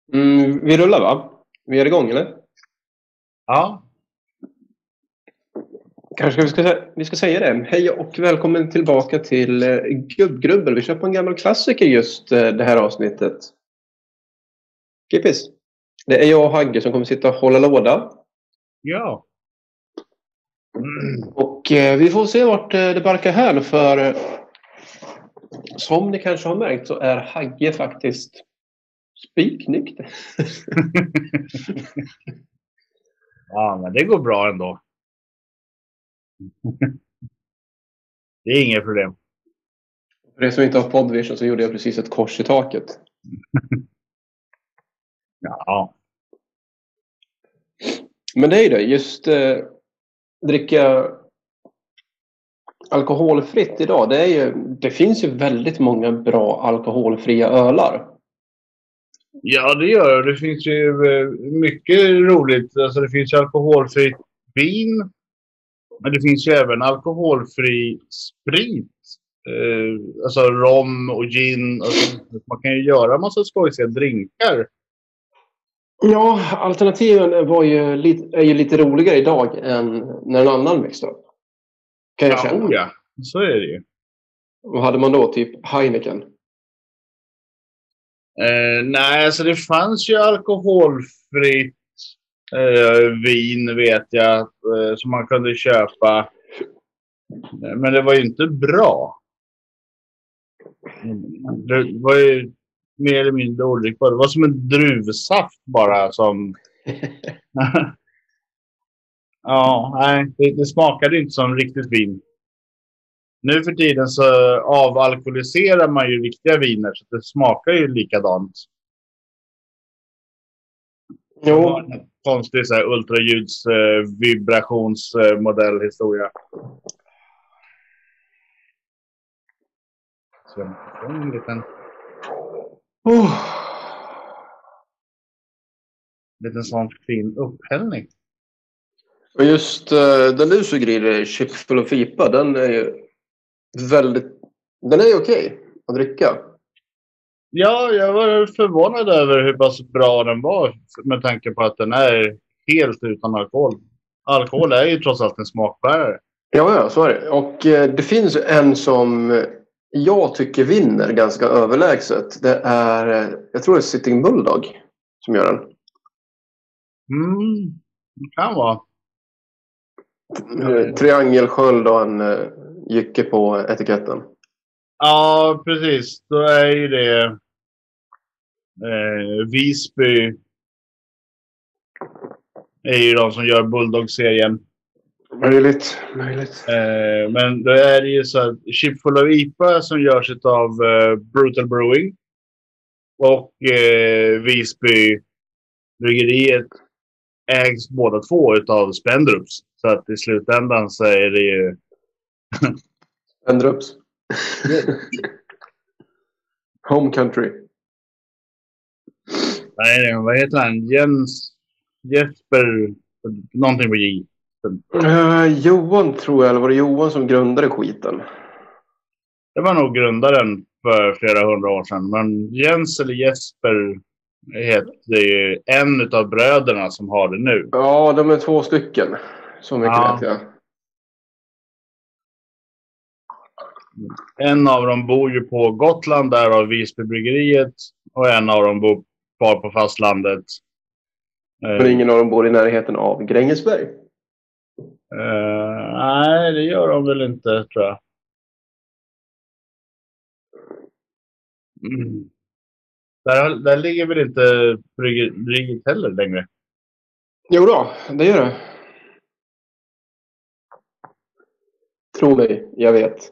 Vi rullar va? Vi är igång eller? Ja, Kanske vi ska säga det. Hej och välkommen tillbaka till Gubbgrubbel. Vi kör på en gammal klassiker just det här avsnittet. Kippis. Det är jag och Hagge som kommer sitta och hålla låda. ja. Och vi får se vart det barkar här för som ni kanske har märkt så är Hagge faktiskt spiknykter. Ja, men det går bra ändå. Det är inget problem. För er som inte har poddvision så gjorde jag precis ett kors i taket. Ja, Men det är ju det, just dricka alkoholfritt idag, det finns ju väldigt många bra alkoholfria ölar. ja det gör det. Det finns ju mycket roligt. Alltså det finns ju alkoholfritt vin. Men det finns ju även alkoholfri sprit. Alltså rom och gin. Alltså, man kan ju göra en massa skojsiga drinkar. Ja, alternativen är ju lite roligare idag än när en annan växte upp. Kan jag känna. Ja, så är det ju. Vad hade man då? Typ Heineken? Nej, alltså det fanns ju alkoholfritt vin vet jag som man kunde köpa. Men det var ju inte bra. Det var ju mer eller mindre odrickbart. Det var som en druvsaft bara som... Ja, nej, det smakade inte som riktigt vin. Nu för tiden så avalkoholiserar man ju riktiga viner så det smakar ju likadant. Jo. En konstig så här ultraljuds vibrationsmodellhistoria. Så en liten sån fin upphällning. Och just den du suger i dig, Chipful och Fipa, den är ju okej att dricka. Ja, jag var förvånad över hur pass bra den var med tanke på att den är helt utan alkohol. Alkohol är ju trots allt en smakbärare. Ja, så är det. Och det finns en som jag tycker vinner ganska överlägset. Det är, jag tror det är Sitting Bulldog som gör den. Det kan vara. Triangelsköld och en jycke på etiketten. Ja, precis. Då är ju det Visby är ju de som gör Bulldog-serien. Möjligt. Men då är det ju så att Chipful of IPA som görs av Brutal Brewing och Visby bryggeriet ägs båda två utav Spendrups. Så att i slutändan så är det ju Spendrups. Home country. Nej, vad heter han? Jesper någonting på J. Johan tror jag, eller var det Johan som grundade skiten? Det var nog grundaren för flera hundra år sedan. Men Jens eller Jesper heter ju en av bröderna som har det nu. Ja, de är 2 stycken. Så mycket vet jag. En av dem bor ju på Gotland, där av Visbybryggeriet. Och en av dem bor kvar på fastlandet. Men ingen av dem bor i närheten av Grängesberg? Nej, det gör de väl inte, tror jag. Där ligger väl inte bryggeriet heller längre? Jo då, det gör det. Tro mig, jag vet.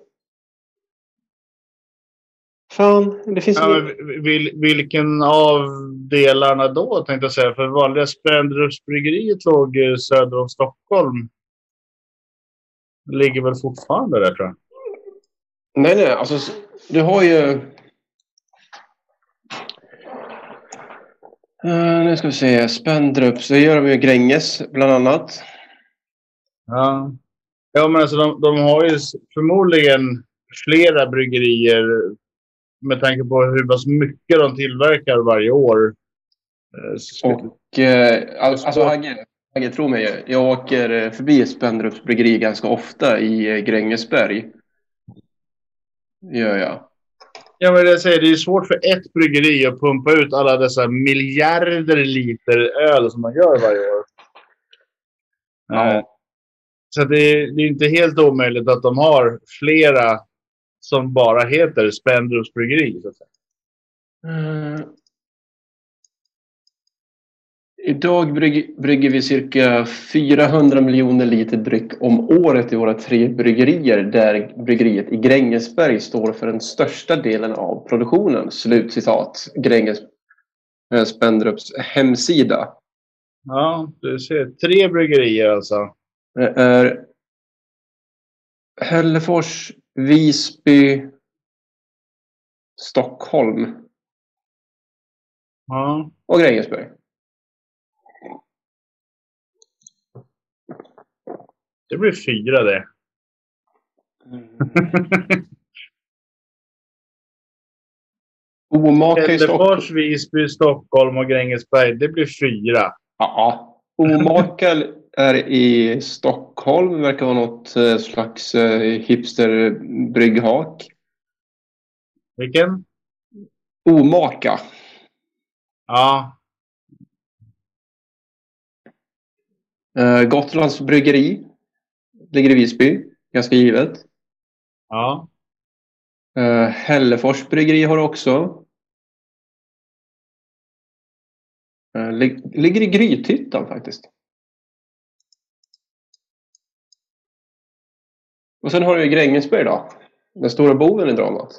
Fan, det finns vilken av delarna då, tänkte jag säga? För vanliga Spendrups-bryggeriet låg söder om Stockholm. Det ligger väl fortfarande där, tror jag. Nej, alltså du har ju... nu ska vi se, Spendrups, det gör de ju Gränges bland annat. Ja, men alltså de har ju förmodligen flera bryggerier med tanke på hur pass mycket de tillverkar varje år. Och alltså Hagge, tro mig, jag åker förbi Spendrups bryggeri ganska ofta i Grängesberg. Gör jag. Ja, men jag säger, det är svårt för ett bryggeri att pumpa ut alla dessa miljarder liter öl som man gör varje år. Ja. Så det är inte helt omöjligt att de har flera som bara heter Spendrups bryggeri, så att säga. Idag brygger vi cirka 400 miljoner liter dryck om året i våra 3 bryggerier, där bryggeriet i Grängesberg står för den största delen av produktionen. Slutcitat. Spendrups hemsida. Ja, du ser. 3 bryggerier alltså. Det är Hällefors, Visby, Stockholm och Grängesberg. Det blir 4 det. Hällefors, Visby, Stockholm och Grängesberg. Det blir 4. Ja. Omaka är i Stockholm. Verkar vara något slags hipsterbrygghat. Vilken? Omaka. Ja. Gotlands bryggeri ligger i Visby. Ganska givet. Ja. Hällefors bryggeri har också. Ligger i Grythyttan faktiskt. Och sen har du ju Grängesberg då. Den stora boven i dramat.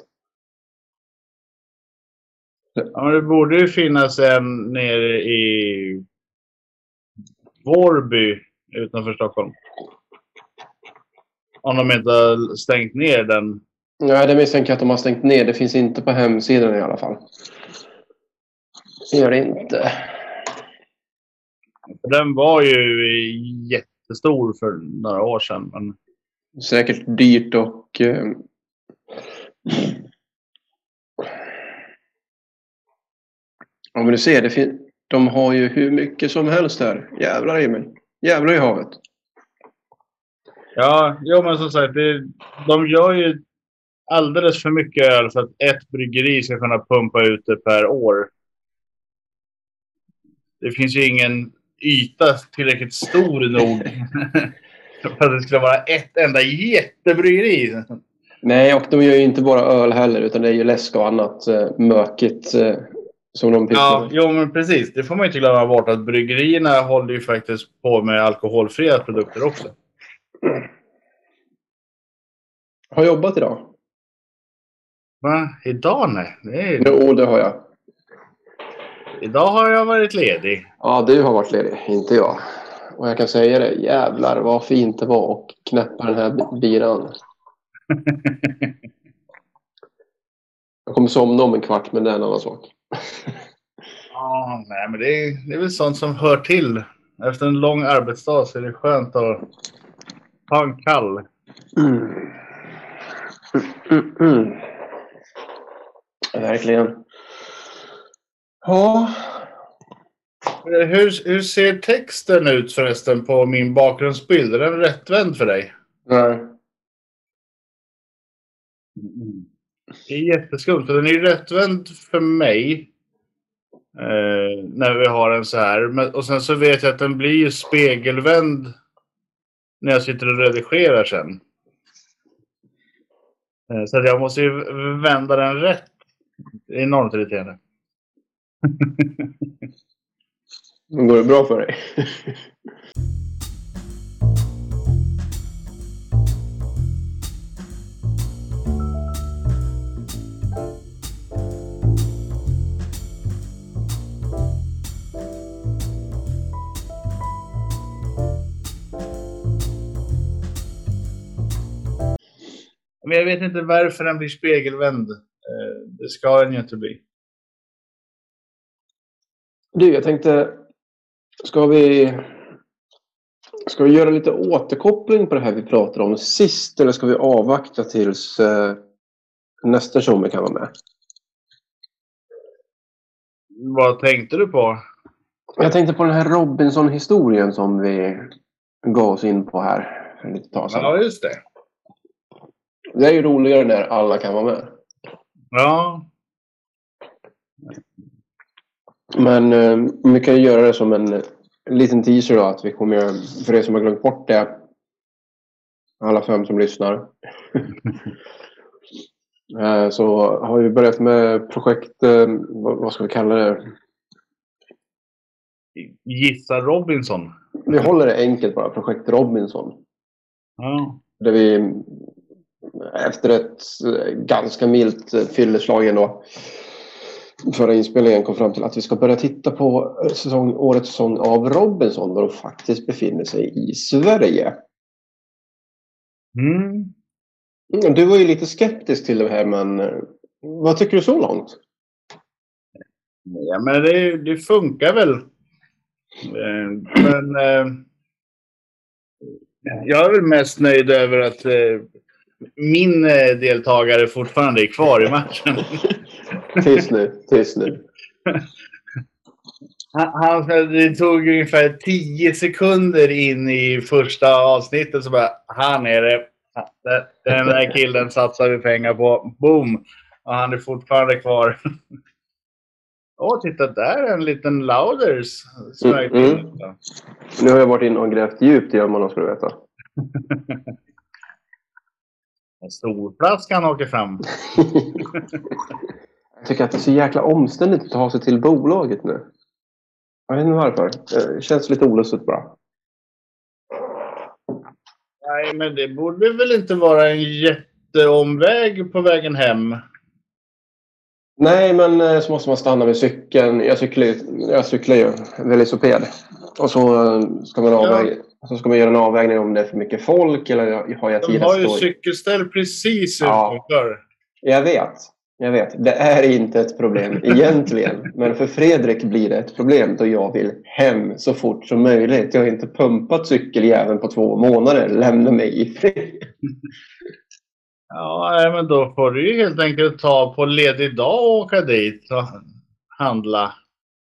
Ja, men det borde ju finnas en nere i Vårby utanför Stockholm. Om de inte har stängt ner den. Nej, det misstänker jag att de har stängt ner. Det finns inte på hemsidan i alla fall. Det gör det inte. Den var ju jättestor för några år sedan. Men... Säkert dyrt och... Ja, men du ser, de har ju hur mycket som helst här. Jävlar i mig. Jävlar i havet. Ja, men som sagt, de gör ju alldeles för mycket öl för att ett bryggeri ska kunna pumpa ut det per år. Det finns ju ingen yta tillräckligt stor nog för att det skulle vara ett enda jättebryggeri. Nej, och de gör ju inte bara öl heller, utan det är ju läsk och annat mökigt som de pysslar. Ja, jo, men precis. Det får man inte glömma bort, att bryggerierna håller ju faktiskt på med alkoholfria produkter också. Har jobbat idag? Va? Idag nej. Jo, det har jag. Idag har jag varit ledig. Ja, du har varit ledig, inte jag. Och jag kan säga det, jävlar vad fint det var att knäppa den här biran. Jag kommer somna om en kvart, men det är en annan sak. Ja, nej, men det är väl sånt som hör till. Efter en lång arbetsdag så är det skönt att ha en kall. Verkligen. Ja. Hur ser texten ut förresten på min bakgrundsbild? Är den rättvänd för dig? Nej. Det är jätteskumt. Den är ju rättvänd för mig. När vi har en så här. Och sen så vet jag att den blir spegelvänd när jag sitter och redigerar sen. Så att jag måste ju vända den rätt. Det är enormt irriterande. Går det bra för dig? Men jag vet inte varför den blir spegelvänd. Det ska den ju inte bli. Du, jag tänkte... Ska vi göra lite återkoppling på det här vi pratade om sist? Eller ska vi avvakta tills nästa show kan vara med? Vad tänkte du på? Jag tänkte på den här Robinson-historien som vi gav oss in på här för lite tag sedan. Ja, just det. Det är ju roligare när alla kan vara med. Ja. Men vi kan ju göra det som en liten teaser då, att vi kommer, för er som har glömt bort det, alla 5 som lyssnar, så har vi börjat med projekt, vad ska vi kalla det? Gissa Robinson. Vi håller det enkelt bara, projekt Robinson. Ja. Där vi efter ett ganska milt fylleslag ändå förra inspelningen kom fram till att vi ska börja titta på årets säsong av Robinson, där de faktiskt befinner sig i Sverige. Du var ju lite skeptisk till det här, men vad tycker du så långt? Ja, men det funkar väl. Men jag är väl mest nöjd över att min deltagare fortfarande är kvar i matchen. Tyst nu. Det tog ungefär 10 sekunder in i första avsnittet så bara, han är det. Den där killen satsar vi pengar på. Boom! Och han är fortfarande kvar. Titta där, en liten Lauders. Nu har jag varit in och grävt djupt i ömmarna, ska du veta. En storflaskan åker fram. Jag tycker att det är så jäkla omständigt att ta sig till bolaget nu. Jag vet inte varför. Det känns lite olustigt bara. Nej, men det borde väl inte vara en jätteomväg på vägen hem. Nej, men så måste man stanna vid cykeln. Jag cyklar ju velociped. Och så ska man göra en avvägning om det är för mycket folk eller har jag tid att stå. De har ju cykelställ precis utanför. Jag vet. Det är inte ett problem egentligen. Men för Fredrik blir det ett problem då jag vill hem så fort som möjligt. Jag har inte pumpat cykeljäveln på 2 månader. Lämna mig i fred. Ja, men då får du ju helt enkelt ta på ledig dag och åka dit och handla.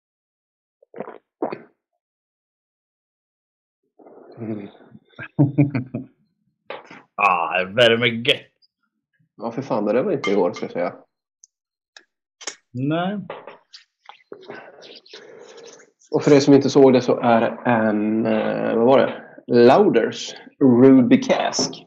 Värme gött. Ja, för fan, det var inte igår, ska jag säga. Nej. Och för er som inte såg det så är en, vad var det? Lauders Ruby Cask.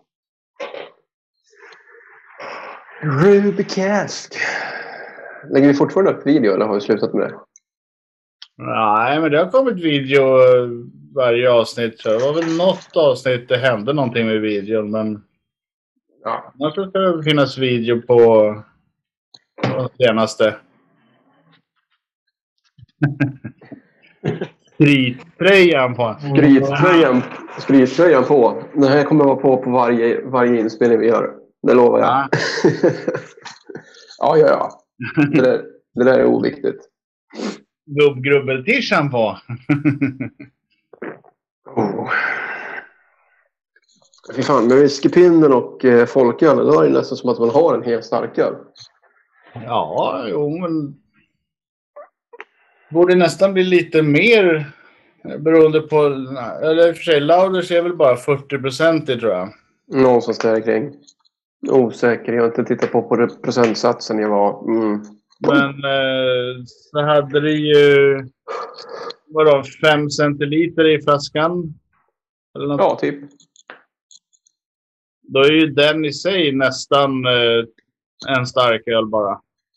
Ruby Cask. Lägger vi fortfarande upp video eller har vi slutat med det? Nej, men det har kommit video varje avsnitt. Så det var väl något avsnitt det hände någonting med videon, men ja, jag tror att det finnas video på de senaste. Skrittröjan på. Skrittröjan på. Den här kommer vara på varje inspelning vi gör. Det lovar jag. Ja. Det där är oviktigt. Gubbgrubbel-tishan på. Fy fan, med whiskypinnen och folköl, då är det nästan som att man har en helt starköl. Ja, men borde nästan bli lite mer beroende på, eller i och för sig, Lauders är väl bara 40% tror jag. Någonstans där kring. Osäker, jag har inte tittat på procentsatsen jag var. Men så hade det ju 5 centiliter i flaskan. Eller något. Ja, typ. Då är ju den i sig nästan en stark öl bara.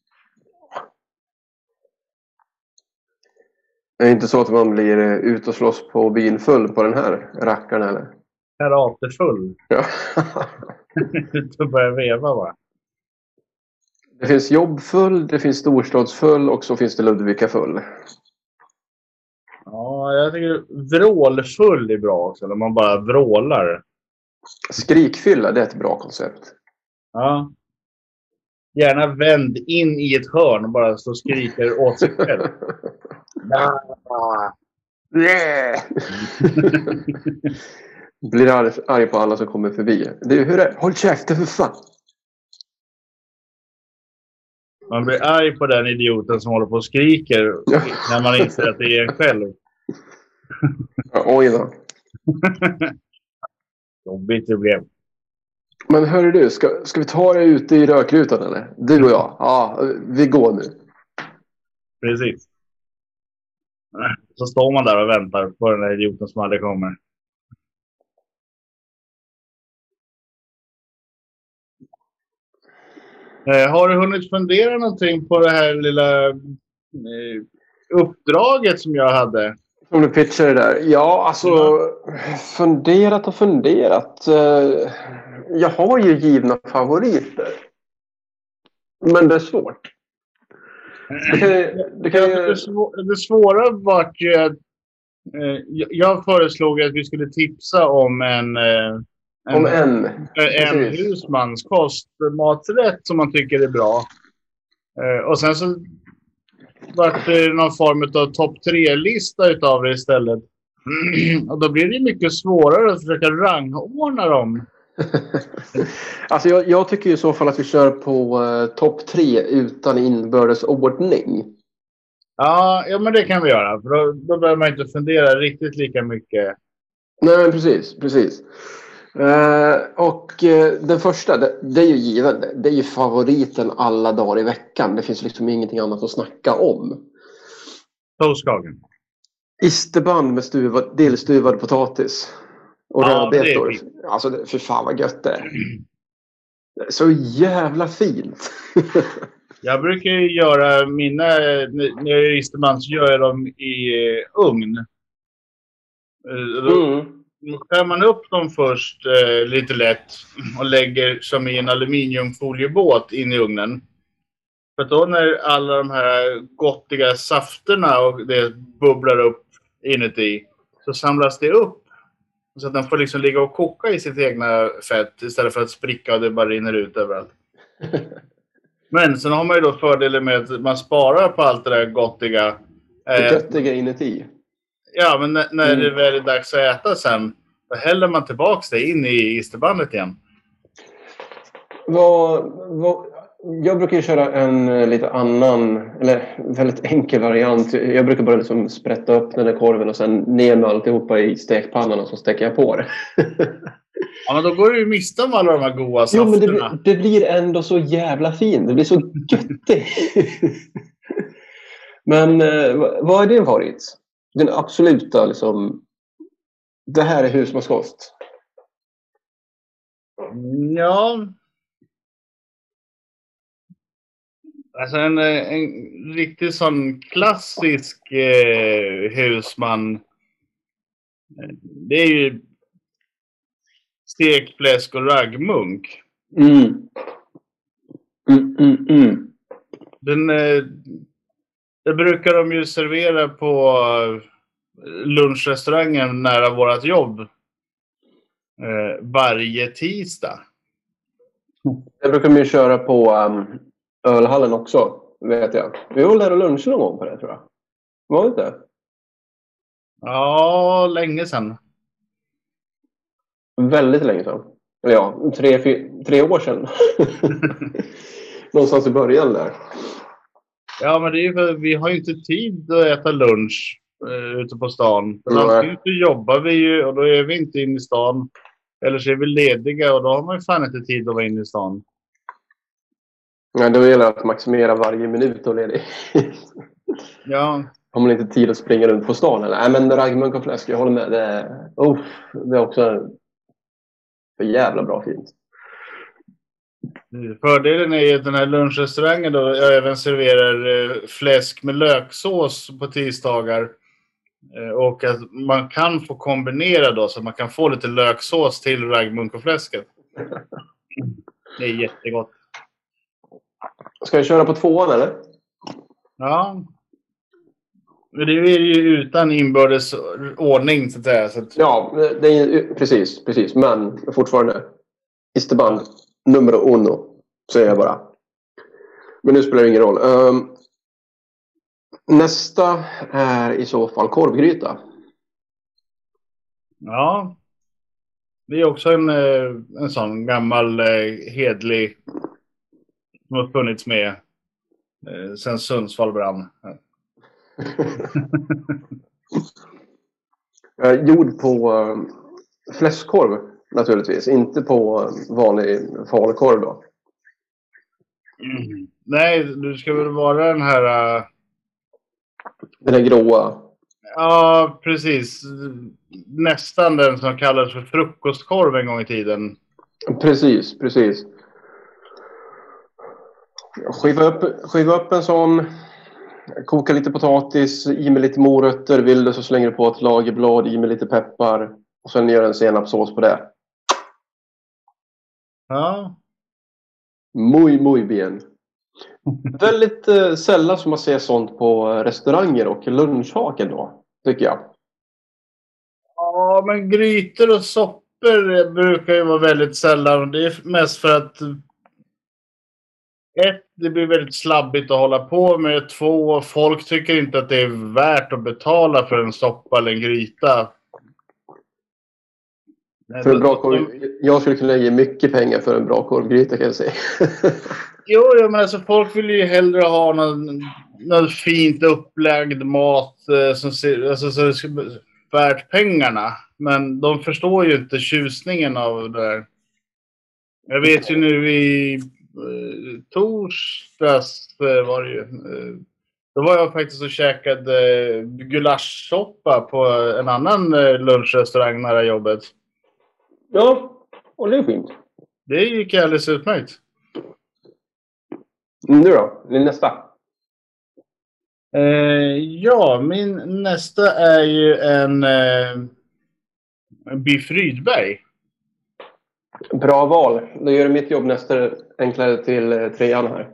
Det är inte så att man blir ut och slåss på byn full på den här rackaren eller? Karatefull. Ja. Du börjar veva bara. Det finns jobbfull, det finns storstadsfull och så finns det Ludvika-full. Ja, jag tycker vrålfull är bra också. När man bara vrålar. Skrikfylla, det är ett bra koncept. Ja. Gärna vänd in i ett hörn och bara så skriker åt sig själv. Blir arg på alla som kommer förbi. Det är hur är? Håll käften för fan. Man blir arg på den idioten som håller på och skriker när man inser att det är en själv. Ja, oj då. Jobbigt det blev. Men hörru du, ska vi ta det ute i rökrutan eller? Du och jag. Ja, vi går nu. Precis. Så står man där och väntar på den där idioten som aldrig kommer. Har du hunnit fundera någonting på det här lilla uppdraget som jag hade? Om du pitchar det där. Ja, alltså funderat och funderat. Jag har ju givna favoriter. Men det är svårt. Det svåra var ju att jag föreslog att vi skulle tipsa om en husmanskost maträtt som man tycker är bra. Och sen så vart det någon form av topp 3-lista utav det istället. Och då blir det mycket svårare att försöka rangordna dem. Alltså jag tycker i så fall att vi kör på topp 3 utan inbördes ordning. Ja, men det kan vi göra. För då behöver man inte fundera riktigt lika mycket. Nej, men precis. Den första, det är ju given. Det är ju favoriten alla dagar i veckan. Det finns liksom ingenting annat att snacka om. Toastkagen. Isterband med delstuvad potatis. Och rödbetor. Alltså, för fan vad gött det är. Så jävla fint. Jag brukar ju göra mina, när jag är isterband så gör jag dem i ugn. Då skär man upp dem först lite lätt och lägger som i en aluminiumfoliebåt in i ugnen. För att då när alla de här gottiga safterna och det bubblar upp inuti så samlas det upp. Så att den får liksom ligga och koka i sitt egna fett istället för att spricka och det bara rinner ut överallt. Men sen har man ju då fördelen med att man sparar på allt det där gottiga. Det göttiga inuti. Ja, men när det väl är dags att äta sen, då häller man tillbaka det in i isterbandet igen. Jag brukar ju köra en lite annan, eller väldigt enkel variant. Jag brukar bara liksom sprätta upp den där korven och sen ner med alltihopa i stekpannan och så steker jag på det. Ja, men då går du ju miste om alla de här goda safterna. Jo, men det blir ändå så jävla fint. Det blir så göttigt. Men vad är din favorit? Den absoluta liksom. Det här är husmanskost. Ja. Alltså en riktigt sån klassisk husman. Det är ju stekt fläsk och raggmunk. Det brukar de ju servera på lunchrestaurangen nära vårat jobb varje tisdag. Det brukar man ju köra på ölhallen också, vet jag. Vi var där och lunch någon gång på det, tror jag. Var det inte? Ja, länge sedan. Väldigt länge sedan. Eller ja, 3 år sedan. Någonstans i början där. Ja, men det är ju för vi har ju inte tid att äta lunch ute på stan. Antingen så jobbar vi ju och då är vi inte inne i stan. Eller så är vi lediga och då har man ju fan inte tid att vara inne i stan. Ja, då gäller det att maximera varje minut och ledig. Ja. Har man inte tid att springa runt på stan eller? Nej, men raggmunk och fläsk, jag håller med. Det är också för jävla bra fint. Fördelen är ju att den här lunchrestaurangen då även serverar fläsk med löksås på tisdagar. Och att man kan få kombinera då så att man kan få lite löksås till raggmunk och fläsket. Det är jättegott. Ska jag köra på 2:an eller? Ja. Men det är ju utan inbördes ordning så att säga. Så att... Ja, det är precis. Men fortfarande isterband numero 1, säger jag bara. Men nu spelar det ingen roll. Nästa är i så fall korvgryta. Ja. Det är också en sån gammal hedlig som har funnits med sen Sundsvall brann. Gjord på fläskkorv naturligtvis. Inte på vanlig falukorv då. Nej, du ska väl vara den här... Den där gråa. Ja, precis. Nästan den som kallades för frukostkorv en gång i tiden. Precis. Skiva upp en sån. Koka lite potatis, i med lite morötter, vill du så slänger du på ett lagerblad, i med lite peppar och sen gör en senapssås på det. Ja. Muy bien. Väldigt sällan som man ser sånt på restauranger och lunchhaken då, tycker jag. Ja, men grytor och soppor brukar ju vara väldigt sällan. Det är mest för att det blir väldigt slabbigt att hålla på med. 2, folk tycker inte att det är värt att betala för en soppa eller en gryta. För en bra korv, jag skulle kunna ge mycket pengar för en bra korvgryta, kan jag säga. Jo, men alltså folk vill ju hellre ha någon fint upplagd mat som ser, alltså, så det ska bli värt pengarna. Men de förstår ju inte tjusningen av det där. Jag vet ju nu i torsdags var det ju. Då var jag faktiskt och käkade gulaschsoppa på en annan lunchrestaurang nära jobbet. Ja, och det är fint. Det gick alldeles utmärkt. Nu då? Din nästa? Ja, min nästa är ju en Biff Rydberg. Bra val. Då gör mitt jobb nästa enklare till trean här.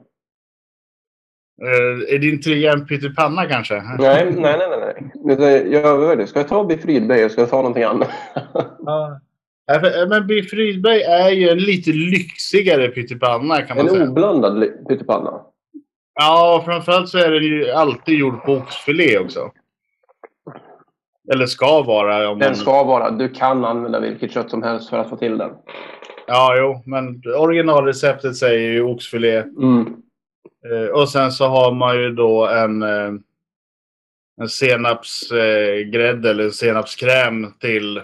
Är din trea en pyttipanna kanske? Nej. Jag överväger. Ska jag ta Biff Rydberg eller ska jag ta någonting annat? Ja. Men Biff Rydberg är ju en lite lyxigare pyttipanna, kan man säga. En oblandad pyttipanna. Ja, framförallt så är den ju alltid gjord på oxfilé också. Eller ska vara. Den ska vara. Du kan använda vilket kött som helst för att få till den. Ja, jo. Men originalreceptet säger ju oxfilé. Mm. Och sen så har man ju då en senapsgrädde eller senapskräm till.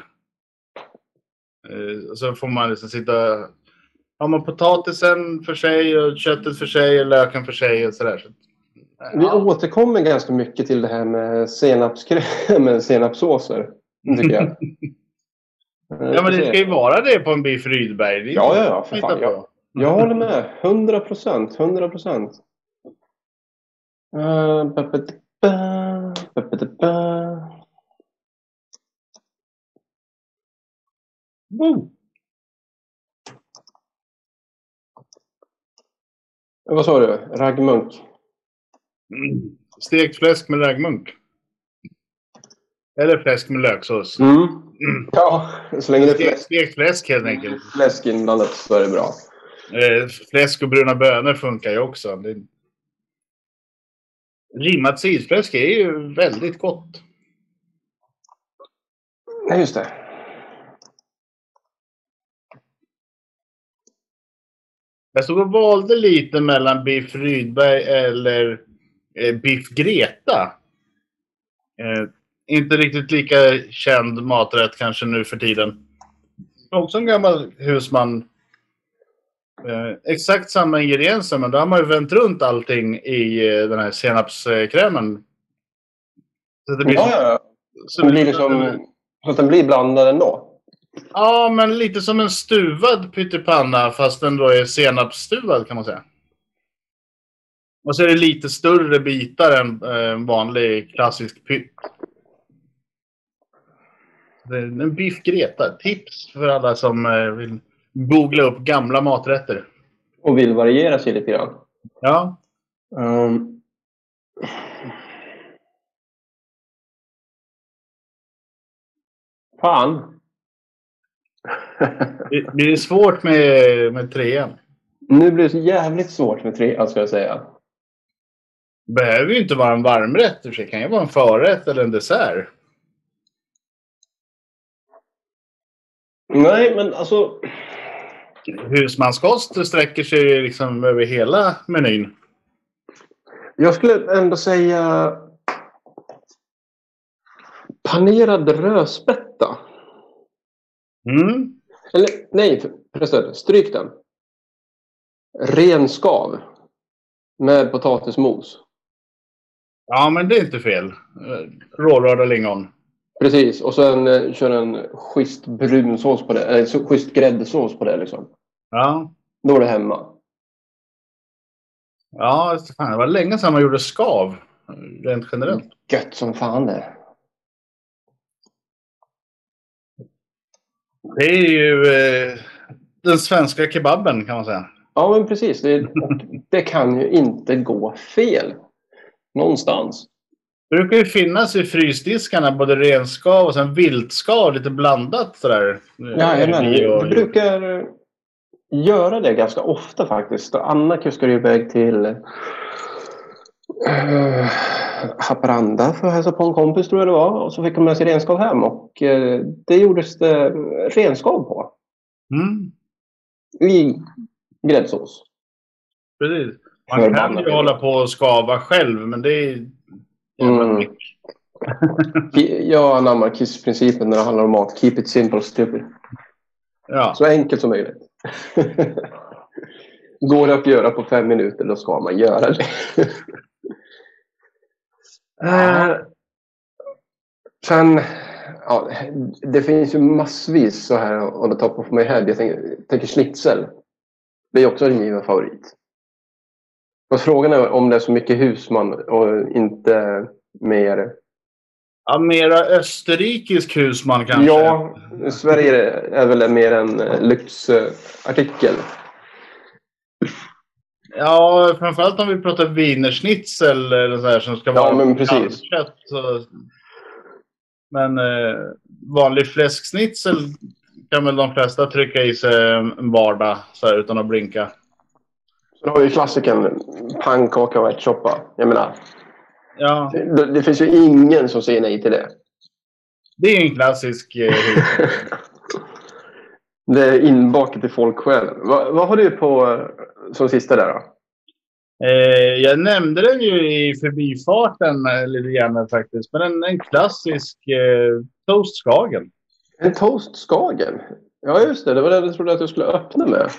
Så får man liksom sitta... Har man potatisen för sig och köttet för sig och löken för sig och sådär. Så, vi återkommer ganska mycket till det här med senapskräm med senapssåser, tycker jag. Ja, men det ska ju vara det på en Biff Rydberg. Ja, för fan. Jag håller med. 100%. Vad sa du? Raggmunk? Stekt fläsk med raggmunk. Eller fläsk med löksås. Ja, så länge det är stekt fläsk helt enkelt. Fläsk inblandat så är det bra. Fläsk och bruna bönor funkar ju också. Rimmat sidfläsk är ju väldigt gott. Ja, just det. Jag stod och valde lite mellan Biff Rydberg eller Biff Greta. Inte riktigt lika känd maträtt kanske nu för tiden. Också en gammal husman. Exakt samma ingredienser, men då har man ju vänt runt allting i den här senapskrämen. Så det blir så det blir liksom, så att den blir blandad ändå. Ja, men lite som en stuvad pyttipanna fast den då är senapsstuvad, kan man säga. Och så är det lite större bitar än vanlig klassisk pytt. Det är en Biff Greta. Tips för alla som vill googla upp gamla maträtter. Och vill variera sig lite grann. Ja. Fan. Blir det svårt med trean? Nu blir det så jävligt svårt med trean, ska jag säga. Behöver ju inte vara en varmrätt. Det kan ju vara en förrätt eller en dessert. Nej, men alltså... Husmanskost sträcker sig liksom över hela menyn. Jag skulle ändå säga... Panerad rödspätta. Eller nej, förresten, stryk den. Renskav med potatismos. Ja, men det är inte fel. Rårörda lingon. Precis, och sen kör en schysst brunsås på det. Eller schysst gräddsås på det liksom. Ja. Då är det hemma. Ja, fan, det var länge sedan man gjorde skav. Rent generellt. Gött som fan det. Det är ju den svenska kebaben kan man säga. Ja, men precis. Det kan ju inte gå fel. Någonstans. Det brukar ju finnas i frysdiskarna både renskav och sen viltskav lite blandat sådär. Jajamän, det brukar göra det ganska ofta faktiskt. Anna kuskade iväg till Haparanda för att hälsa på en kompis tror jag det var. Och så fick de med sig renskav hem och det gjordes det renskav på. I gräddsås. Precis. Man kan ju hålla på och skava själv, men det är jag anammar KISS-principen när det handlar om mat. Keep it simple, stupid. Ja. Så enkelt som möjligt. Går det att göra på 5 minuter, då ska man göra det. Sen, ja, det finns ju massvis så här on the top of my head. Jag tänker schnitzel. Det är också en given favorit. Och frågan är om det är så mycket husman och inte mer... Ja, mera österrikisk husman kanske. Ja, Sverige är väl mer en lyxartikel. Ja, framförallt om vi pratar wienerschnitzel eller så här som ska vara kalvkött. Men vanlig fläsksnitzel kan väl de flesta trycka i sig en vardag så här, utan att blinka. Så då har ju klassiken pannkaka och ärtsoppa. Jag menar, ja. Det finns ju ingen som säger nej till det. Det är en klassisk det är inbakat i folksjälen. Vad har du på som sista där då? Jag nämnde den ju i förbifarten lite grann faktiskt. Men en klassisk toastskagen. En toastskagen? Ja just det, det var det jag trodde att du skulle öppna med.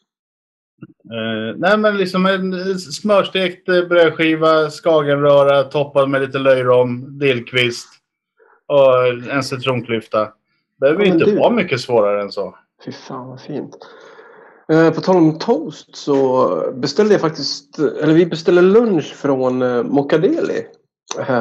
Nej men liksom en smörstekt brödskiva, skagenröra toppad med lite löjrom, dillkvist och en citronklyfta. Behöver inte vara mycket svårare än så. Fy fan vad fint. På tal om toast så beställde jag faktiskt, eller vi beställde lunch från Moccadeli här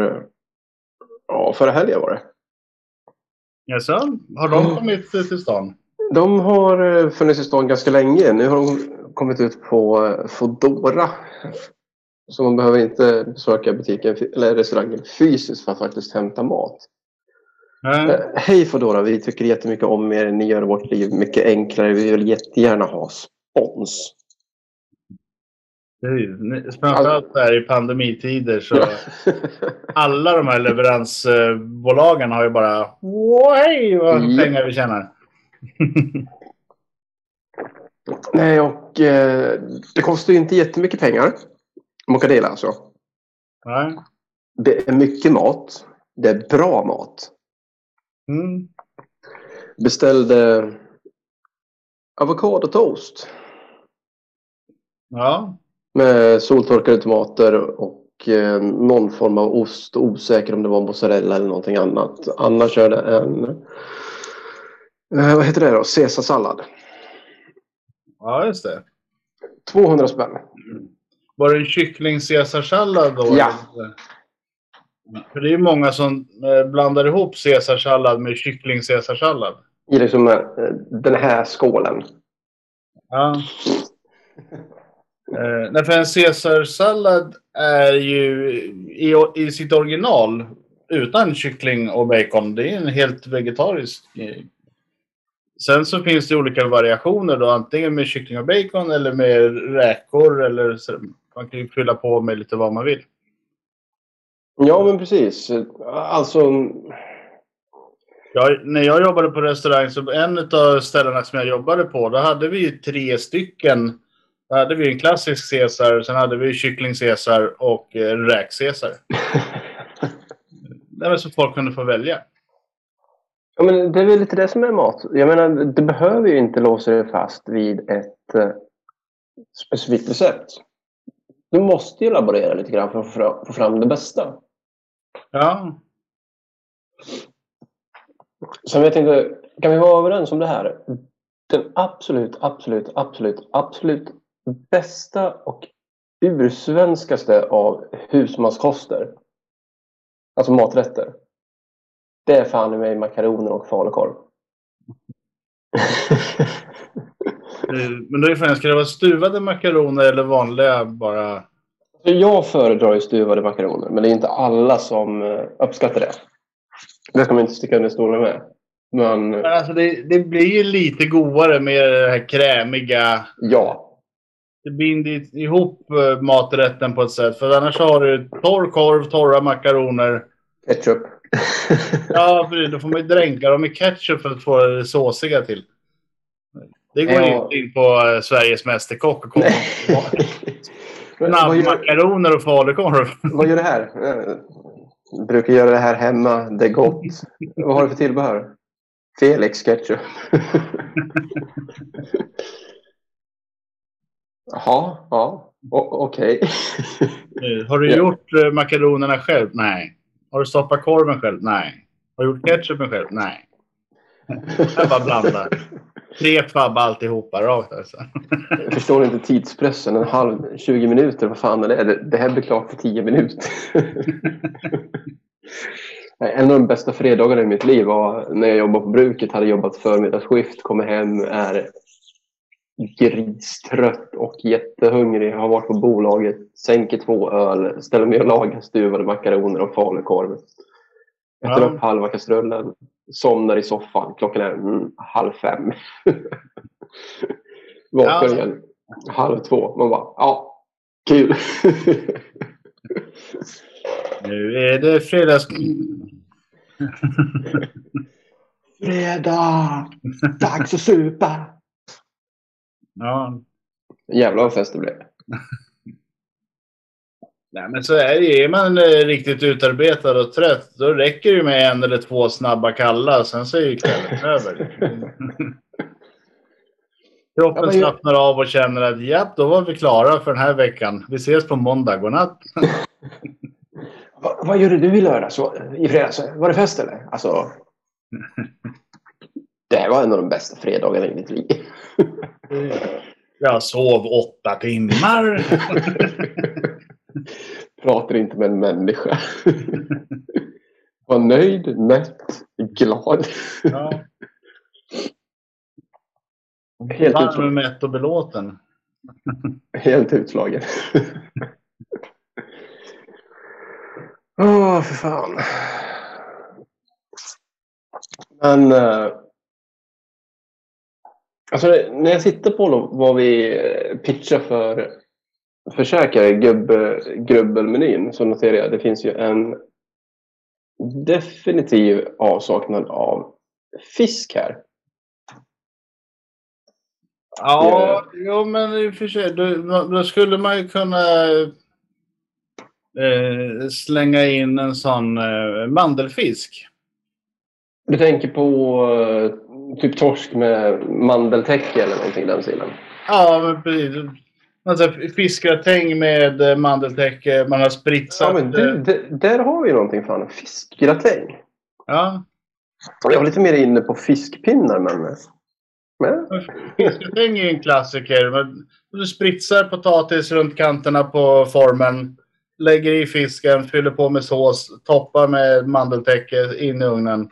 förra helgen var det. Jaså? Har de kommit till stan? De har funnits i stan ganska länge. Nu har de kommit ut på Foodora. Så man behöver inte besöka butiken eller restaurangen fysiskt för att faktiskt hämta mat. Hej Foodora, vi tycker jättemycket om er. Ni gör vårt liv mycket enklare. Vi vill jättegärna ha spons. Framförallt där i pandemitider så alla de här leveransbolagen har ju bara hej vad pengar vi tjänar. Nej, och det kostar ju inte jättemycket pengar. Moccadeli alltså. Nej. Det är mycket mat. Det är bra mat. Beställde avokadotoast. Ja. Med soltorkade tomater och någon form av ost. Osäker om det var mozzarella eller någonting annat. Anna körde en vad heter det då? Caesarsallad. Ja, just det. 200 spänn. Var det en kyckling caesarsallad då? Ja. För det är många som blandar ihop caesarsallad med kyckling caesarsallad. I liksom den här skålen. Ja. För en caesarsallad är ju i sitt original utan kyckling och bacon. Det är en helt vegetarisk. Sen så finns det olika variationer då. Antingen med kyckling och bacon eller med räkor. Eller så, man kan ju fylla på med lite vad man vill. Ja, men precis. Alltså... När jag jobbade på restaurang så en av ställena som jag jobbade på, då hade vi 3 stycken. Då hade vi en klassisk caesar, sen hade vi kyckling caesar och räk caesar. Det är så folk kunde få välja. Ja, men det är väl lite det som är mat. Jag menar, det behöver ju inte låsa dig fast vid ett specifikt recept. Du måste ju laborera lite grann för att få fram det bästa. Ja. Så jag tänkte, kan vi vara överens om det här? Den absolut bästa och ursvenskaste av husmanskoster, alltså maträtter, det är fan i mig makaroner och falukorv. Men då är frågan, ska det vara stuvade makaroner eller vanliga bara? Jag föredrar ju stuvade makaroner, men det är inte alla som uppskattar det. Det ska man inte sticka under stolen med. Men Alltså det blir ju lite godare med det här krämiga. ja. Det binder ihop maträtten på ett sätt. För annars har du torr korv, torra makaroner. Ketchup. Ja, för då får man ju dränka dem i ketchup för att få det såsiga till. Det går inte in på Sveriges mästerkock. Makaroner och falukorv. Vad gör det här? Jag brukar göra det här hemma. Det är gott. Vad har du för tillbehör? Felix ketchup. Jaha, ja. Okej. Har du gjort makaronerna själv? Nej. Har du stoppat korven själv? Nej. Har du gjort ketchupen själv? Nej. Jag bara blandar. 3 fabb alltihopa rakt alltså. Jag förstår inte tidspressen. 20 minuter, vad fan är det? Det här blir klart på 10 minuter. En av de bästa fredagarna i mitt liv var när jag jobbade på bruket, hade jobbat förmiddagsskift, kommer hem, är gristrött och jättehungrig, har varit på bolaget, sänker 2 öl, ställer mig och lagar stuvade makaroner och falukorv. Äter upp halva kastrullen, somnar i soffan, klockan är 4:30. Vaknar igen 1:30. Man bara, ja, kul. Nu är det fredags. Fredag! Dags att supa! Ja. Jävlar vad fest det blev. Nej, men så är det. Är man riktigt utarbetad och trött, då räcker det med 1 eller 2 snabba kalla. Sen så är ju kvällen över. Kroppen slappnar av och känner att ja, då var vi klara för den här veckan. Vi ses på måndag. Godnatt. Vad gjorde du i lördags i fredags? Var det fest eller? Alltså, det här var en av de bästa fredagarna i mitt liv. Jag sov 8 timmar. Pratar inte med en människa. Var nöjd, mätt, glad. Ja. Helt utslagen. Mätt och belåten. Helt utslagen. För fan. Men alltså, när jag tittar på vad vi pitchar för käkare, grubbelmenyn, så noterar jag att det finns ju en definitiv avsaknad av fisk här. Ja, jo, men i och för sig, då skulle man ju kunna slänga in en sån mandelfisk. Du tänker på typ torsk med mandeltäcke eller någonting i den stilen? Ja, men precis. Alltså, fiskgratäng med mandeltäcke, man har spritsat. Ja, men där har vi någonting fan. Fiskgratäng. Ja. Jag var lite mer inne på fiskpinnar, men... Fiskgratäng är en klassiker. Du spritsar potatis runt kanterna på formen, lägger i fisken, fyller på med sås, toppar med mandeltäcke, in i ugnen.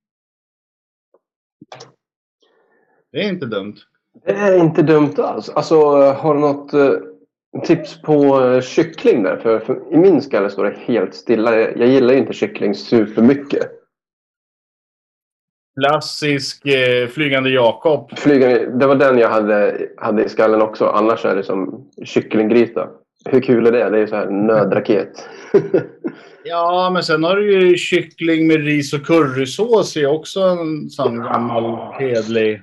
Det är inte dumt. Det är inte dumt alls. Alltså, har du något tips på kyckling där? För i min skalle står det helt stilla. Jag gillar ju inte kyckling supermycket. Klassisk flygande Jakob. Det var den jag hade i skallen också. Annars är det som kycklinggryta. Hur kul är det? Det är så här nödraket. Ja, men sen har du ju kyckling med ris och currysås är också en sån gammal hedlig.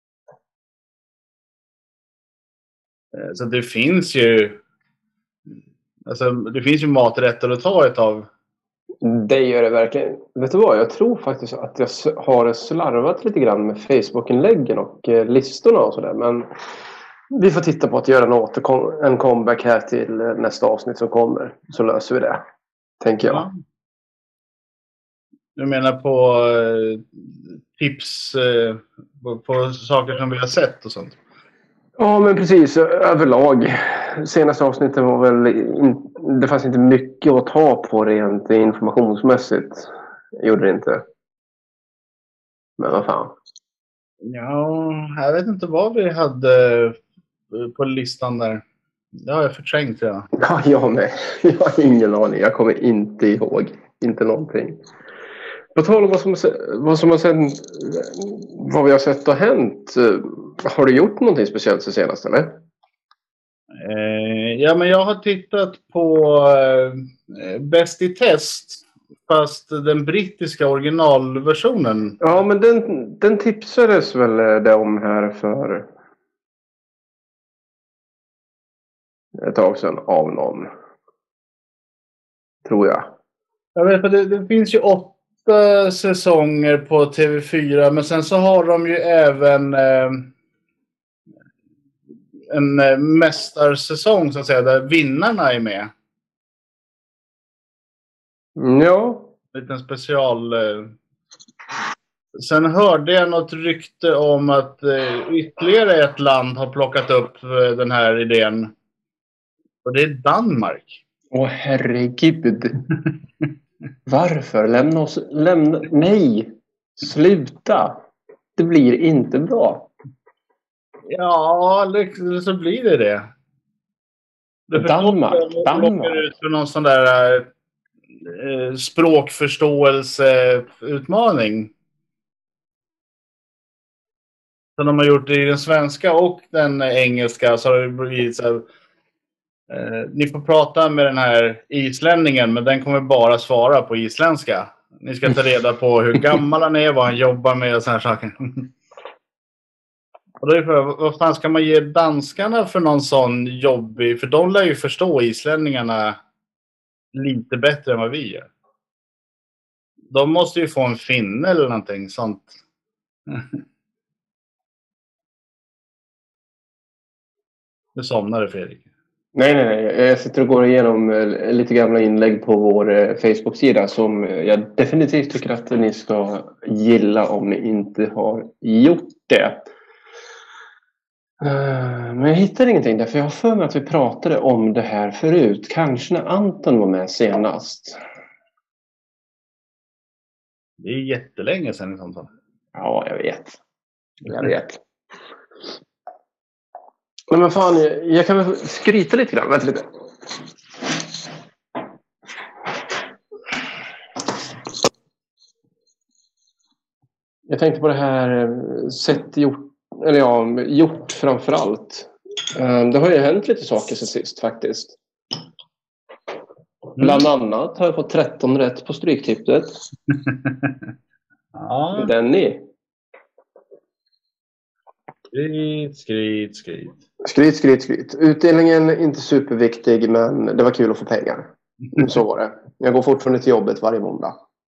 Så det finns ju maträtter att ta ett av. Det gör det verkligen. Vet du vad? Jag tror faktiskt att jag har slarvat lite grann med Facebook-inläggen och listorna och sådär. Men vi får titta på att göra en comeback här till nästa avsnitt som kommer. Så löser vi det, tänker jag. Ja. Du menar på tips på saker som vi har sett och sånt? Ja, men precis. Överlag. Senaste avsnittet var väl... Det fanns inte mycket att ta på rent informationsmässigt. Gjorde det inte. Men vad fan. Ja, jag vet inte vad vi hade på listan där. Det har jag förträngt redan. Ja, jag med. Jag har ingen aning. Jag kommer inte ihåg. Inte någonting. På tal om vad vi har sett och hänt. Har du gjort någonting speciellt sen senast, eller? Ja, men jag har tittat på Bäst i test, fast den brittiska originalversionen. Ja, men den tipsades väl det om här för ett tag sedan av någon. Tror jag. Jag vet, för det finns ju 8 säsonger på TV4, men sen så har de ju även en mästarsäsong så att säga, där vinnarna är med. Ja. En liten special. Sen hörde jag något rykte om att ytterligare ett land har plockat upp den här idén. Och det är Danmark. Åh herregud. Varför? Lämna. Nej. Sluta. Det blir inte bra. Ja, så blir det. Danmark. Ut för någon sån där språkförståelseutmaning. Som de har gjort i den svenska och den engelska, så har det blivit så här, ni får prata med den här islänningen, men den kommer bara svara på isländska. Ni ska ta reda på hur gammal han är, vad han jobbar med och såna här saker. Och då är det vad fan ska man ge danskarna för någon sån jobbig? För de lär ju förstå islänningarna lite bättre än vad vi gör. De måste ju få en finne eller någonting sånt. Nu somnar du, Fredrik. Nej. Jag sitter och går igenom lite gamla inlägg på vår Facebook-sida som jag definitivt tycker att ni ska gilla om ni inte har gjort det. Men jag hittar ingenting där, för jag har för mig att vi pratade om det här förut. Kanske när Anton var med senast. Det är jättelänge sedan i sånt fall. Ja, jag vet. Men fan, jag kan väl skryta lite grann. Vänta lite. Jag tänkte på det här gjort framför allt. Det har ju hänt lite saker sen sist faktiskt. Bland annat har jag fått 13 rätt på Stryktipset. Ja. Denny. Skryt. Utdelningen är inte superviktig, men det var kul att få pengar. Så var det. Jag går fortfarande till jobbet varje måndag.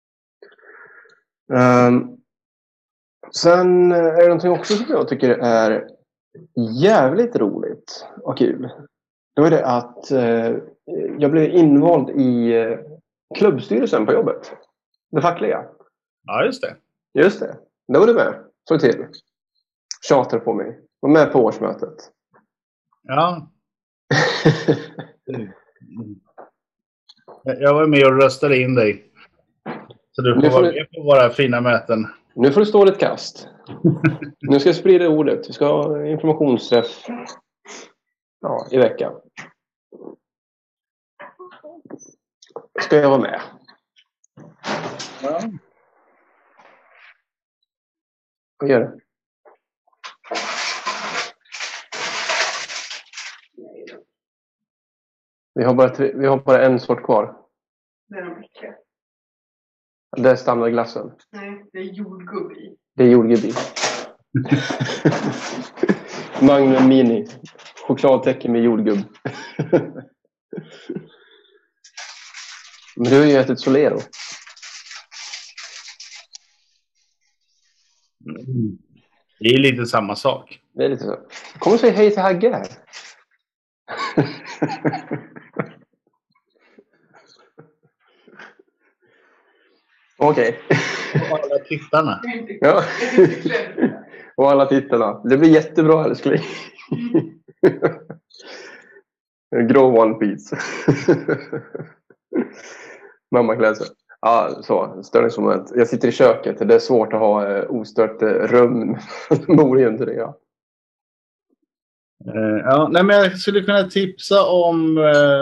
Sen är det någonting också som jag tycker är jävligt roligt och kul. Då är det att jag blev invald i klubbstyrelsen på jobbet. Det fackliga. Ja, just det. Just det. Då var du med. Så till. Tjatar på mig. Var med på årsmötet. Ja. Jag var med och röstade in dig. Så du får vara med på våra fina möten. Nu får du stå ett kast. Nu ska jag sprida ordet. Vi ska ha informationsträff i veckan. Ska jag vara med? Ja. Vad gör du? Vi har bara en sort kvar. Det är de mycket. Det är standardglassen. Nej, det är jordgubb i. Det är jordgubb i. Magnum Mini. Chokladtäcke med jordgubb. Men du har ju ätit Solero. Det är lite samma sak. Det är lite så. Kom och säg hej till Hagge här. Okej. Och alla tittarna. Ja. Och alla tittarna. Det blir jättebra, älskling. Grå One Piece. Mamma klär sig. Ja, så. Störningsmoment. Jag sitter i köket. Det är svårt att ha ostört rum. Bor ju inte det, ja. Ja, nej, men jag skulle kunna tipsa om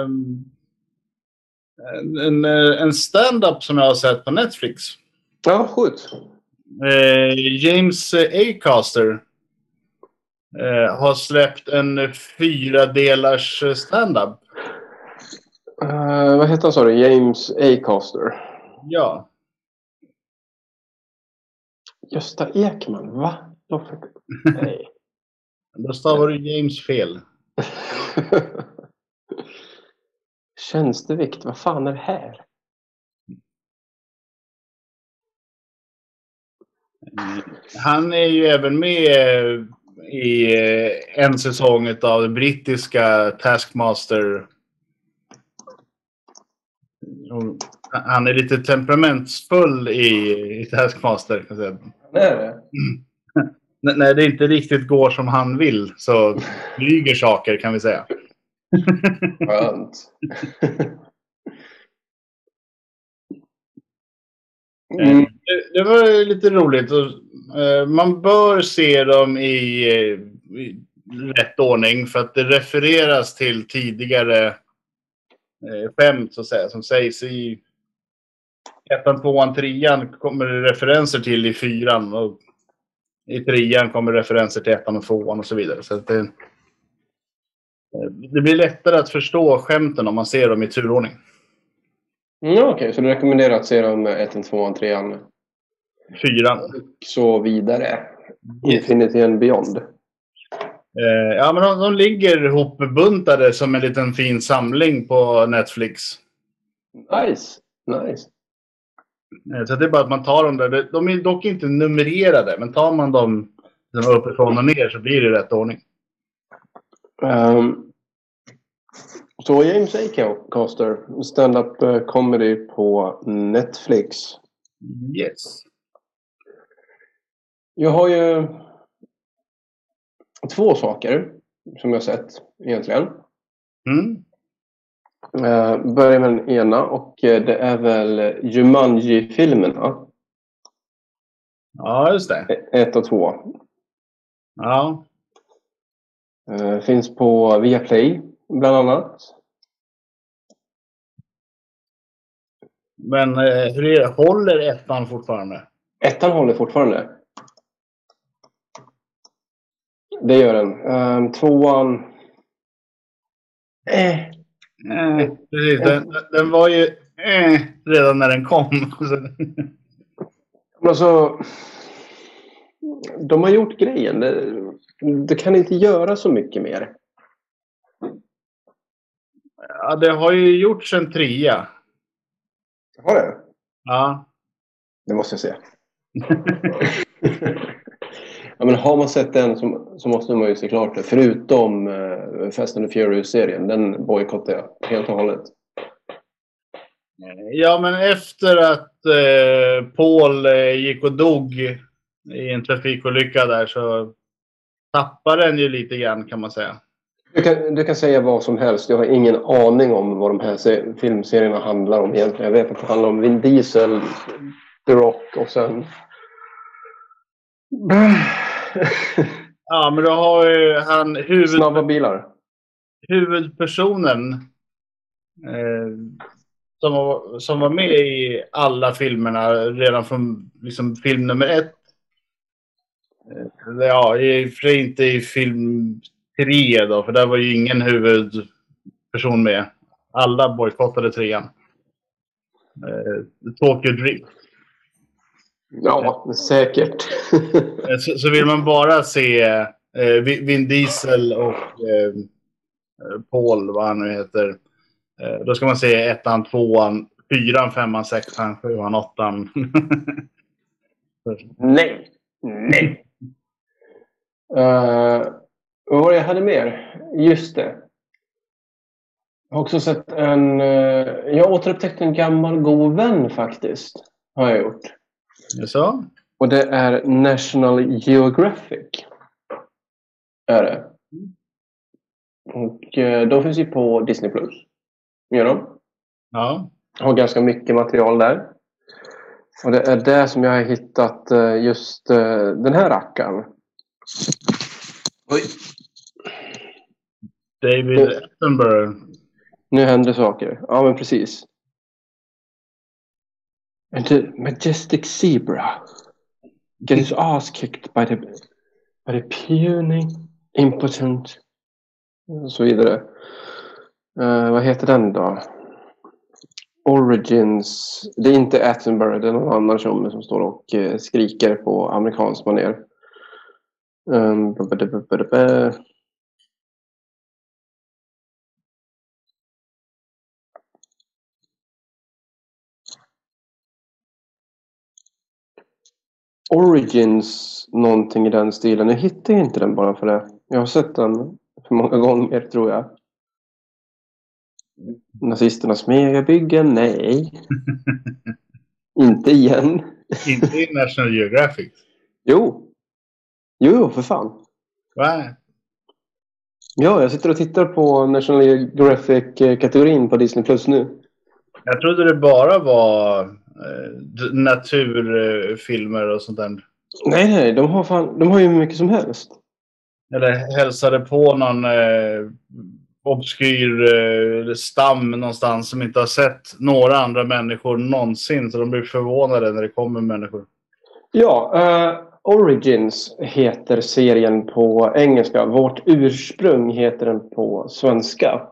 en stand-up som jag har sett på Netflix. Ja, skjut. James Acaster har släppt en 4-delars stand-up. Vad heter han, sa du? James Acaster. Ja. Gösta Ekman, va? Nej. Då stavar du James fel. Tjänstevikt, vad fan är det här? Han är ju även med i en säsong av den brittiska Taskmaster. Han är lite temperamentsfull i Taskmaster, kan jag säga. Nej. När det inte riktigt går som han vill så flyger saker, kan vi säga. Skönt. Det var lite roligt. Man bör se dem i rätt ordning för att det refereras till tidigare skämt, så att säga, som sägs i 1:an, 2:an, 3:an kommer det referenser till i 4:an, och i 3:an kommer referenser till 1:an och 2:an och så vidare. Så att det blir lättare att förstå skämten om man ser dem i turordning. Ja, okej. Så du rekommenderar att se dem 1:an, 2:an, 3:an? 4:an. Och så vidare. Infinity and Beyond. Ja, men de ligger ihopbuntade som en liten fin samling på Netflix. Nice. Så det är bara att man tar dem där. De är dock inte numrerade, men tar man dem uppifrån och ner så blir det i rätt ordning. Så James Acaster, stand-up comedy på Netflix. Yes. Jag har ju 2 saker som jag sett egentligen. Börjar med den ena, och det är väl Jumanji-filmerna. Ja, just det. 1 och 2. Ja. Finns på Viaplay bland annat. Men hur är det? Håller 1:an fortfarande? 1:an håller fortfarande. Det gör den. 2:an... Precis. Den var ju redan när den kom. Alltså, de har gjort grejen. Det kan inte göra så mycket mer. Ja, det har ju gjorts en 3:a. Har det? Ja. Det måste jag se. Ja, men har man sett den så måste man ju se klart det. Förutom Fast and the Furious-serien. Den bojkottar jag helt och hållet. Ja, men efter att Paul gick och dog i en trafikolycka där så tappar den ju lite grann, kan man säga. Du kan säga vad som helst. Jag har ingen aning om vad de här filmserierna handlar om egentligen. Jag vet att det handlar om Vin Diesel, The Rock och sen... Ja, men då har ju han snabba bilar. Huvudpersonen som var med i alla filmerna redan från liksom film nummer 1. Ja, i och för sig inte i film 3 då, för där var ju ingen huvudperson med. Alla bojkottade 3:an. Tokyo Drift. Ja, säkert. Så vill man bara se Vin Diesel och Paul, vad han nu heter, då ska man se 1:an, 2:an, 4, 5, 6, 7, 8. Nej. Vad var det jag hade mer? Just det. Jag har också sett jag återupptäckte en gammal god vän faktiskt. Har jag gjort. Så? Och det är National Geographic. Är det. Och de finns ju på Disney+. Gör de? Ja. Har ganska mycket material där. Och det är där som jag har hittat just den här rackaren. Oj. David Attenborough. Nu händer saker. Ja, men precis. And the majestic zebra get his ass kicked by the puny, impotent och så vidare. Vad heter den då? Origins. Det är inte Attenborough, det är någon annan som står och skriker på amerikansk manér. Origins, någonting i den stilen. Jag hittar inte den bara för det. Jag har sett den för många gånger, tror jag. Nazisternas megabyggen? Nej. Inte igen. Inte i National Geographic. Jo, för fan. Va? Ja, jag sitter och tittar på National Geographic-kategorin på Disney Plus nu. Jag trodde det bara var naturfilmer och sånt där. Nej, de har ju hur mycket som helst. Eller hälsade på någon obskyr stam någonstans som inte har sett några andra människor någonsin. Så de blir förvånade när det kommer människor. Ja, Origins heter serien på engelska. Vårt ursprung heter den på svenska.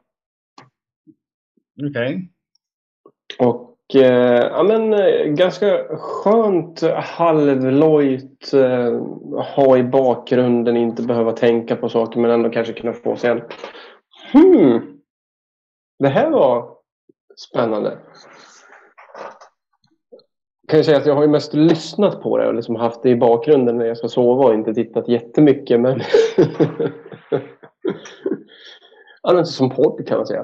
Okej. Och ganska skönt halvlojt ha i bakgrunden, inte behöva tänka på saker men ändå kanske kunna få sig en det här var spännande. Kan jag säga att jag har ju mest lyssnat på det och liksom haft det i bakgrunden när jag ska sova och inte tittat jättemycket, men ja, det är inte som podd kan man säga.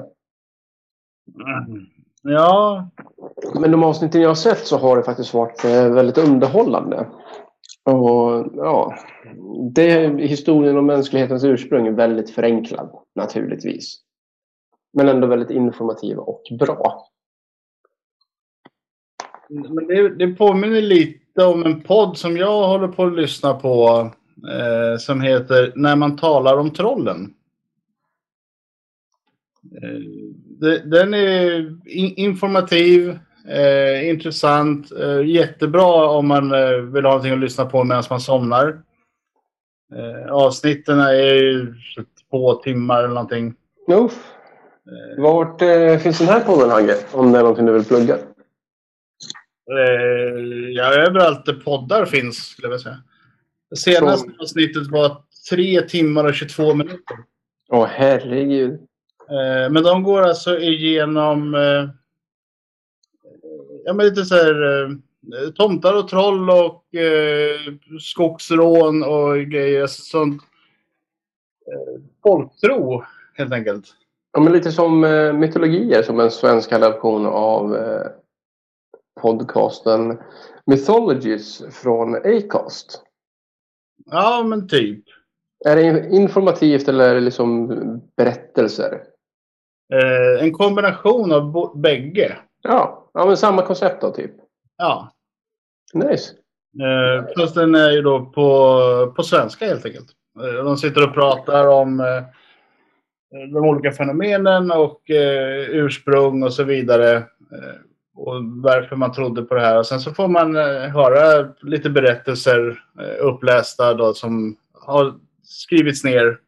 Ja. Men de avsnitten jag har sett så har det faktiskt varit väldigt underhållande. Och ja, det är historien om mänsklighetens ursprung är väldigt förenklad, naturligtvis. Men ändå väldigt informativ och bra. Men det påminner lite om en podd som jag håller på att lyssna på som heter När man talar om trollen. Den är informativ, intressant, jättebra om man vill ha någonting att lyssna på medan man somnar. Avsnitten är ju 2 timmar eller någonting. Vart finns den här podden, Hagge? Om det är någonting du vill plugga? Ja, överallt där poddar finns, skulle jag säga. Det senaste avsnittet var 3 timmar och 22 minuter. Åh, herregud. Men de går alltså igenom lite så här tomtar och troll och skogsrån och grejer, sånt folktro helt enkelt. Ja, men lite som mytologier, som en svensk adaption av podcasten Mythologies från Acast. Ja, men typ. Är det informativt eller är det liksom berättelser? En kombination av bägge. Ja, men samma koncept då typ. Ja. Nice. Plus den är ju då på svenska helt enkelt. De sitter och pratar om de olika fenomenen och ursprung och så vidare. Och varför man trodde på det här. Och sen så får man höra lite berättelser upplästa då, som har skrivits ner.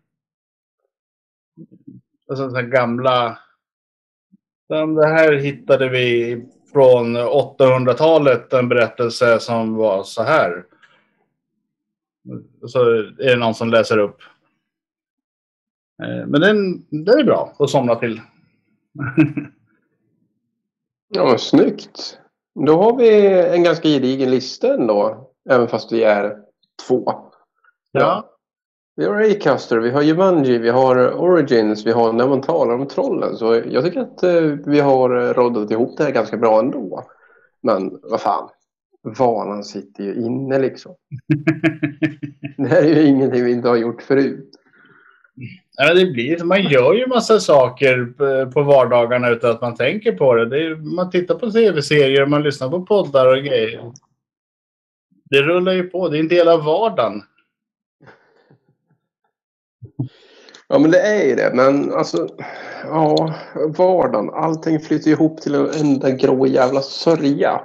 Alltså så gamla. Det här hittade vi från 800-talet, en berättelse som var så här. Så är det någon som läser upp. Men den är bra att somna till. Ja, men snyggt. Då har vi en ganska gedigen lista ändå. Även fast vi är 2. Ja. Vi har Acaster, vi har Jumanji, vi har Origins, vi har När man talar om trollen. Så jag tycker att vi har roddat ihop det här ganska bra ändå. Men vad fan, vanan sitter ju inne liksom. Det här är ju ingenting vi inte har gjort förut. Ja, det blir, man gör ju massa saker på vardagarna utan att man tänker på det. Man tittar på tv-serier, man lyssnar på poddar och grejer. Det rullar ju på, det är en del av vardagen. Ja, men det är ju det. Men alltså, ja, vardagen. Allting flyter ihop till en enda grå jävla sörja.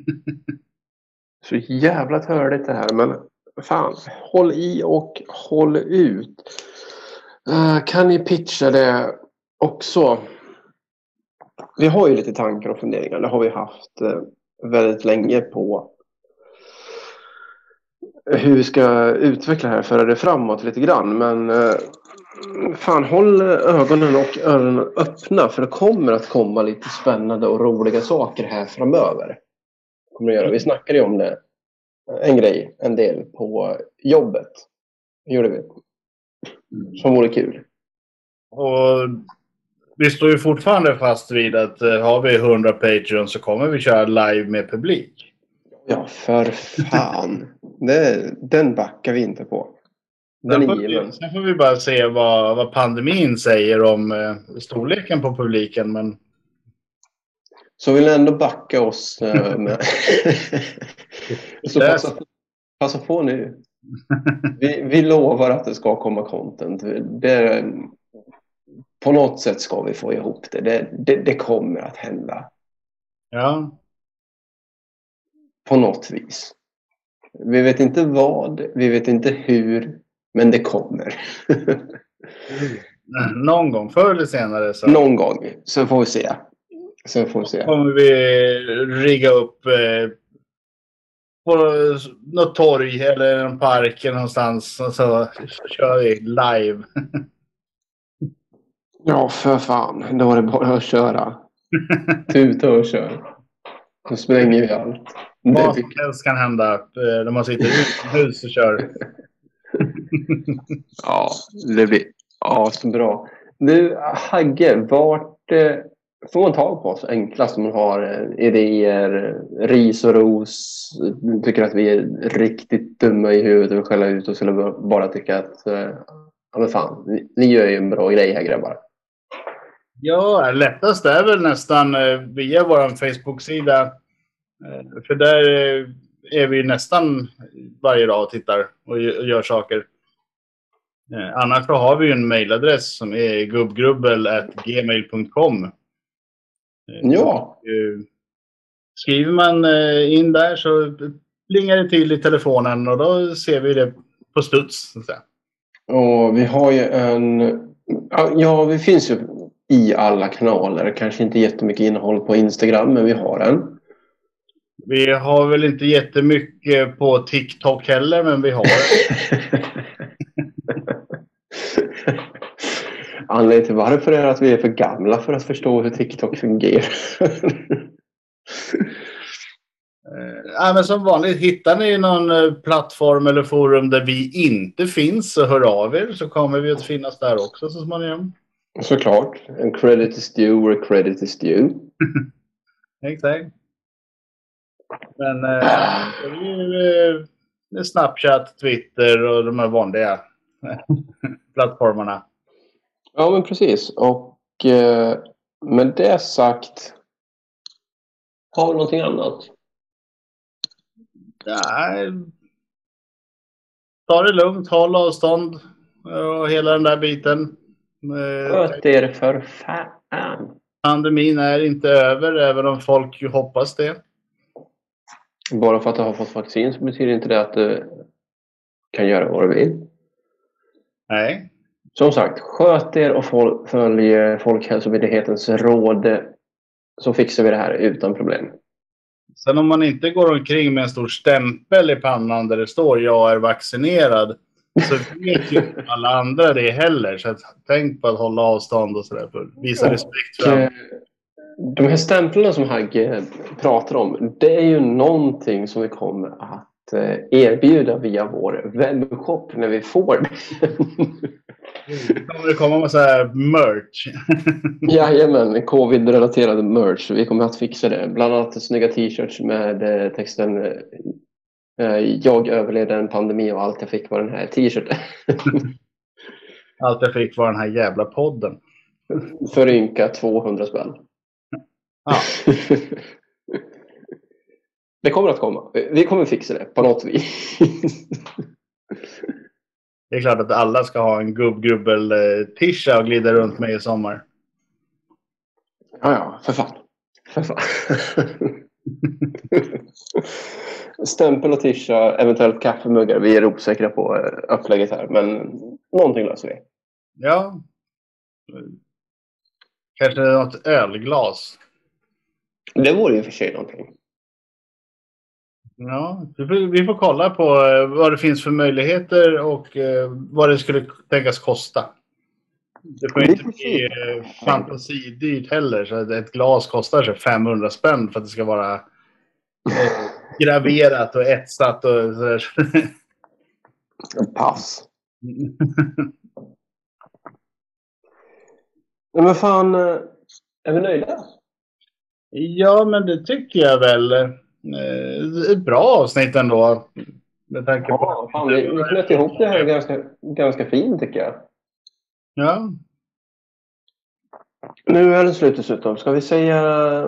Så jävla törligt det här. Men fan, håll i och håll ut. Kan ni pitcha det också? Vi har ju lite tankar och funderingar. Det har vi haft väldigt länge på hur vi ska utveckla det här, föra det framåt lite grann. Men fan, håll ögonen och öronen öppna, för det kommer att komma lite spännande och roliga saker här framöver. Kommer att göra. Vi snackade ju om det. En del på jobbet. Det gjorde vi. Som vore kul. Och vi står ju fortfarande fast vid att har vi 100 Patreon så kommer vi köra live med publik. Ja, för fan. Den backar vi inte på. Sen får vi bara se vad pandemin säger om storleken på publiken. Men... Så vill ändå backa oss med. Så passa på nu. Vi lovar att det ska komma content. På något sätt ska vi få ihop det. Det kommer att hända. Ja. På något vis. Vi vet inte vad, vi vet inte hur, men det kommer. Någon gång, förr eller senare. Så. Någon gång, så får vi se. Kommer vi rigga upp på något torg eller en park eller någonstans och så kör vi live. Ja, för fan. Då är det bara att köra. Tuta och kör. Då spränger vi allt. Vad som helst kan hända när man sitter utomhus och kör. Ja, det blir så bra. Du, Hagge, vart får man tag på oss enklast om man har idéer, ris och ros, tycker att vi är riktigt dumma i huvudet och skälla ut oss, eller bara tycker att ja men fan, ni gör ju en bra grej här, grabbar. Ja, lättast är väl nästan via vår Facebook-sida. För där är vi nästan varje dag och tittar och gör saker. Annars så har vi ju en mailadress som är gubbgrubbel@gmail.com. Ja. Skriver man in där så plingar det till i telefonen och då ser vi det på studs. Så att säga. Och vi har ju vi finns ju i alla kanaler. Kanske inte jättemycket innehåll på Instagram, men vi har en. Vi har väl inte jättemycket på TikTok heller, men vi har det. Anledningen till varför är att vi är för gamla för att förstå hur TikTok fungerar. Men som vanligt, hittar ni någon plattform eller forum där vi inte finns så hör av er, så kommer vi att finnas där också så småningom. Såklart. En credit is due where credit is due. Exakt. Men det är ju Snapchat, Twitter och de här vanliga plattformarna. Ja, men precis. Och med det sagt, har vi någonting annat? Nej. Ta det lugnt, håll avstånd och hela den där biten. Sköt er för fan. Pandemin är inte över, även om folk ju hoppas det. Bara för att du har fått vaccin så betyder inte det att du kan göra vad du vill. Nej. Som sagt, sköt er och följ Folkhälsomyndighetens råd, så fixar vi det här utan problem. Sen om man inte går omkring med en stor stämpel i pannan där det står jag är vaccinerad, så vet ju alla andra det heller. Så tänk på att hålla avstånd och sådär, för visa respekt för De här stämplarna som Hagge pratar om, det är ju någonting som vi kommer att erbjuda via vår webbshop när vi får det. Kommer det komma med så här merch? Jajamän, covid-relaterade merch. Vi kommer att fixa det. Bland annat snygga t-shirts med texten jag överlevde en pandemi och allt jag fick var den här t-shirten. Allt jag fick var den här jävla podden. För ynka 200 spänn. Ja. Det kommer att komma. Vi kommer fixa det på något vis. Det är klart att alla ska ha en gubbgrubbel-tisha och glida runt med i sommar. Ja, för fan. För fan. Stämpel och tisha, eventuellt kaffemuggar. Vi är osäkra på upplägget här, men någonting löser vi. Ja. Kanske något ölglas. Det vore ju för sig någonting. Ja, vi får kolla på vad det finns för möjligheter och vad det skulle tänkas kosta. Det får inte bli fantasidyrt heller, så att ett glas kostar sig 500 spänn för att det ska vara graverat och etsat och sådär. Pass. Men fan, är vi nöjda? Ja, men det tycker jag väl. Ett bra avsnitt ändå. Med tanke på fan, vi knöt ihop det här ganska fint tycker jag. Ja. Nu är det slut dessutom. Ska vi säga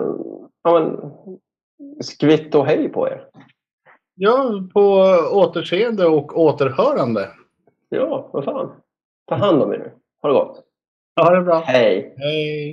skvitt och hej på er? Ja, på återseende och återhörande. Ja, vad fan. Ta hand om er nu. Ha det gott. Ha det bra. Hej. Hej.